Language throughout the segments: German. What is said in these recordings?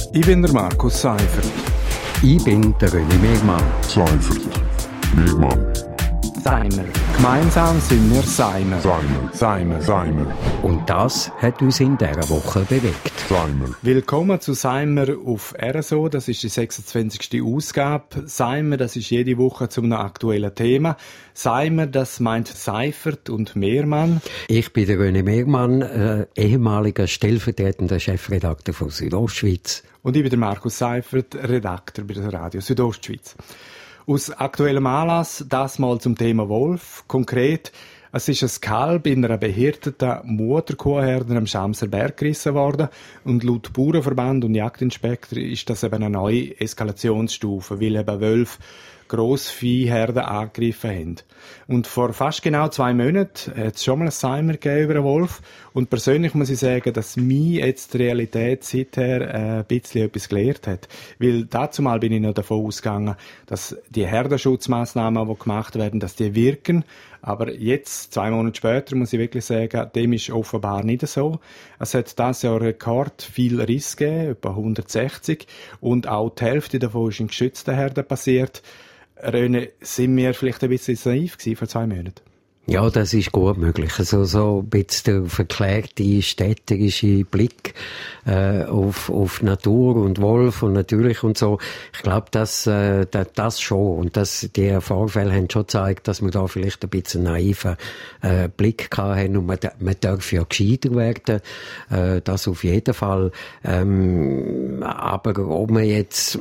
Ich bin der Markus Seifert. Ich bin der René Megmann. Seifert. Megmann. Seimer. Gemeinsam sind wir Seimer. Seimer. Und das hat uns in dieser Woche bewegt. Seimer. Willkommen zu Seimer auf RSO. Das ist die 26. Ausgabe. Seimer, das ist jede Woche zu einem aktuellen Thema. Seimer, das meint Seifert und Mehrmann. Ich bin der René Megmann, ehemaliger stellvertretender Chefredakteur von Südostschweiz. Und ich bin der Markus Seifert, Redakteur bei der Radio Südostschweiz. Aus aktuellem Anlass, das mal zum Thema Wolf. Konkret, es ist ein Kalb in einer behirteten Mutterkuhherde am Schamser Berg gerissen worden. Und laut Bauernverband und Jagdinspektor ist das eben eine neue Eskalationsstufe, weil eben Wölfe Grossviehherden angegriffen haben. Und vor fast genau 2 Monaten hat es schon mal ein Seimer gegeben über einen Wolf. Und persönlich muss ich sagen, dass mich jetzt die Realität seither ein bisschen etwas gelehrt hat. Weil dazu mal bin ich noch davon ausgegangen, dass die Herdenschutzmaßnahmen, die gemacht werden, dass die wirken. Aber jetzt, 2 Monate später, muss ich wirklich sagen, dem ist offenbar nicht so. Es hat dieses Jahr Rekord viel Riss gegeben, etwa 160. Und auch die Hälfte davon ist in geschützten Herden passiert. René, sind wir vielleicht ein bisschen naiv gewesen vor 2 Monaten? Ja, das ist gut möglich. Also so ein bisschen der verklärte städterische Blick auf Natur und Wolf und natürlich und so. Ich glaube, das schon. Und die Vorfälle haben schon gezeigt, dass wir da vielleicht ein bisschen naiven Blick hatten. Und man darf ja gescheiter werden. Das auf jeden Fall. Aber ob man jetzt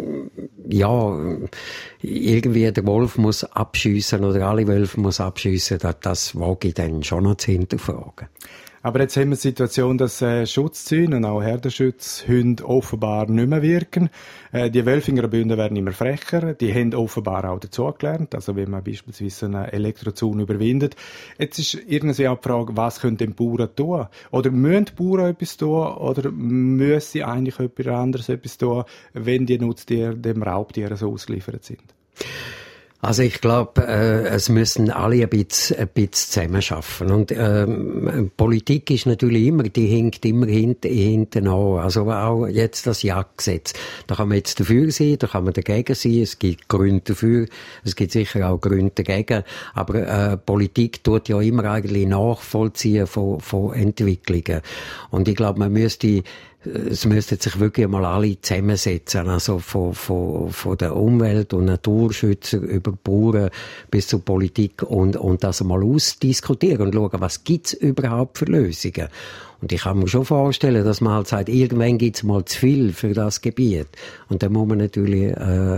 irgendwie der Wolf muss abschiessen oder alle Wölfe muss abschiessen, das wage ich dann schon noch zu hinterfragen. Aber jetzt haben wir die Situation, dass Schutzzäune und auch Herdenschutzhunde offenbar nicht mehr wirken. Die Wölfe in Graubünden werden immer frecher. Die haben offenbar auch dazugelernt, also wenn man beispielsweise einen Elektrozaun überwindet. Jetzt ist irgendwie auch die Frage, was können die Bauern tun? Oder müssen die Bauern etwas tun? Oder müssen eigentlich jemand anderes etwas tun, wenn die Nutztiere dem Raubtier so ausgeliefert sind? Also ich glaube, es müssen alle ein bisschen zusammenarbeiten. Und Politik ist natürlich immer, die hinkt immer hinten an. Also auch jetzt das Jagdgesetz. Da kann man jetzt dafür sein, da kann man dagegen sein. Es gibt Gründe dafür, es gibt sicher auch Gründe dagegen. Aber Politik tut ja immer eigentlich nachvollziehen von Entwicklungen. Und ich glaube, es müssten sich wirklich mal alle zusammensetzen, also von der Umwelt- und Naturschützer über Bauern bis zur Politik und das mal ausdiskutieren und schauen, was gibt's überhaupt für Lösungen. Und ich kann mir schon vorstellen, dass man halt sagt, irgendwann gibt's mal zu viel für das Gebiet. Und dann muss man natürlich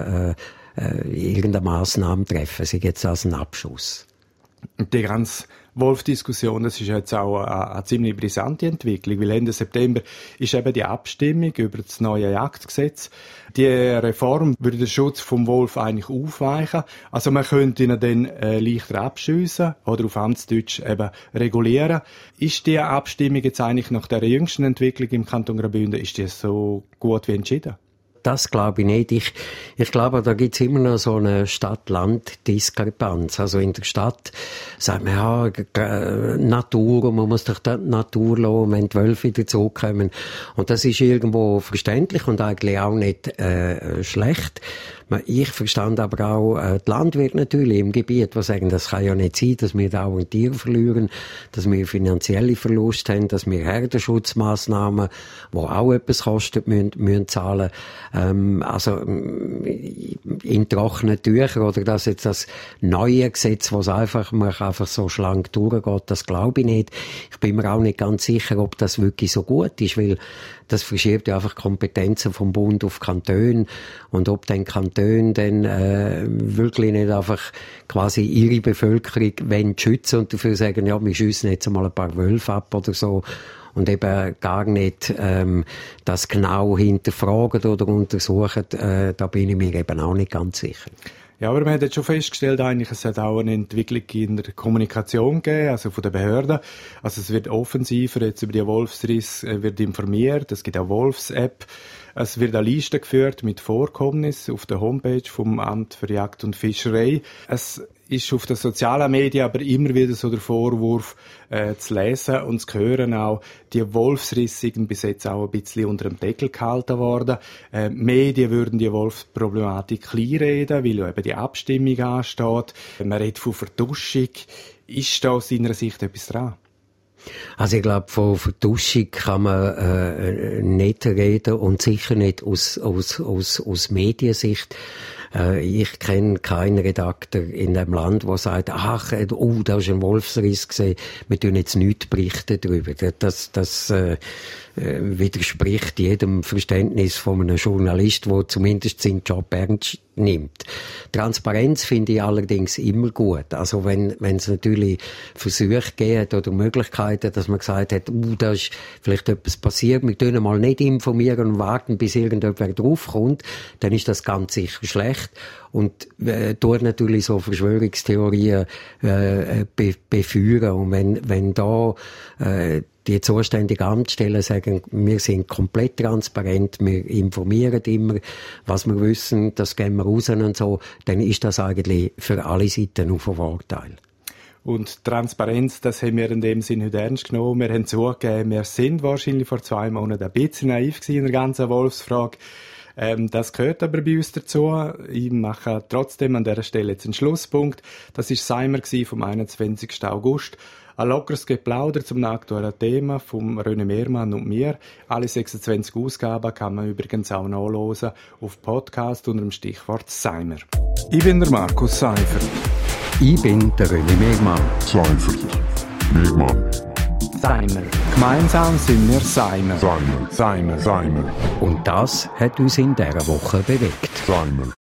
irgendeine Massnahme treffen, sei jetzt als ein Abschuss. Die ganze Wolf-Diskussion, das ist jetzt auch eine ziemlich brisante Entwicklung, weil Ende September ist eben die Abstimmung über das neue Jagdgesetz. Die Reform würde den Schutz vom Wolf eigentlich aufweichen. Also man könnte ihn dann leichter abschiessen oder auf Amtsdeutsch eben regulieren. Ist die Abstimmung jetzt eigentlich nach der jüngsten Entwicklung im Kanton Graubünden, ist die so gut wie entschieden? Das glaube ich nicht. Ich glaube, da gibt's immer noch so eine Stadt-Land-Diskrepanz. Also in der Stadt sagt man, ja, Natur, und man muss doch die Natur lassen, wenn die Wölfe wieder zurückkommen. Und das ist irgendwo verständlich und eigentlich auch nicht schlecht. Ich verstand aber auch die Landwirte natürlich im Gebiet, die sagen, das kann ja nicht sein, dass wir dauernd Tiere verlieren, dass wir finanzielle Verluste haben, dass wir Herdenschutzmaßnahmen, die auch etwas kosten, müssen zahlen. Also in trockenen Tüchern oder dass jetzt das neue Gesetz, was einfach so schlank durchgeht, das glaube ich nicht. Ich bin mir auch nicht ganz sicher, ob das wirklich so gut ist, weil das verschiebt ja einfach Kompetenzen vom Bund auf Kantone und ob dann Kantone dann wirklich nicht einfach quasi ihre Bevölkerung schützen und dafür sagen, ja, wir schiessen jetzt einmal ein paar Wölfe ab oder so und eben gar nicht das genau hinterfragen oder untersuchen, da bin ich mir eben auch nicht ganz sicher. Ja, aber man hat jetzt schon festgestellt, eigentlich, es hat auch eine Entwicklung in der Kommunikation gegeben, also von den Behörden. Also es wird offensiver, jetzt über die Wolfsriss wird informiert, es gibt auch Wolfs-App. Es wird eine Liste geführt mit Vorkommnissen auf der Homepage vom Amt für Jagd und Fischerei. Es ist auf den sozialen Medien aber immer wieder so der Vorwurf zu lesen und zu hören auch, die Wolfsrisse sind bis jetzt auch ein bisschen unter dem Deckel gehalten worden. Medien würden die Wolfsproblematik kleinreden, weil eben die Abstimmung ansteht. Man redet von Vertuschung. Ist da aus seiner Sicht etwas dran? Also ich glaube, von Vertuschung kann man nicht reden und sicher nicht aus Mediensicht. Ich kenne keinen Redakteur in dem Land, der sagt, da ist ein Wolfsriss gesehen, wir tun jetzt nichts berichten darüber. Das widerspricht jedem Verständnis von einem Journalist, der zumindest seinen Job ernst nimmt. Transparenz finde ich allerdings immer gut. Also wenn es natürlich Versuche gibt oder Möglichkeiten, dass man gesagt hat, da ist vielleicht etwas passiert, wir tun mal nicht informieren und warten, bis irgendjemand draufkommt, dann ist das ganz sicher schlecht. Und tut natürlich so Verschwörungstheorien befeuern. Und wenn da die zuständigen Amtsstellen sagen, wir sind komplett transparent, wir informieren immer, was wir wissen, das geben wir raus und so, dann ist das eigentlich für alle Seiten auf ein Vorteil. Und Transparenz, das haben wir in dem Sinne heute ernst genommen. Wir haben zugegeben, wir sind wahrscheinlich vor 2 Monaten ein bisschen naiv gewesen in der ganzen Wolfsfrage. Das gehört aber bei uns dazu. Ich mache trotzdem an dieser Stelle jetzt einen Schlusspunkt. Das war Seimer vom 21. August. Ein lockeres Geplauder zum aktuellen Thema vom René Mehrmann und mir. Alle 26 Ausgaben kann man übrigens auch nachhören auf Podcast unter dem Stichwort Seimer. Ich bin der Markus Seifert. Ich bin der René Mehrmann. Seifert. Mehrmann. Seimer. Gemeinsam sind wir Seimer. Seimer. Seimer. Und das hat uns in dieser Woche bewegt. Seimer.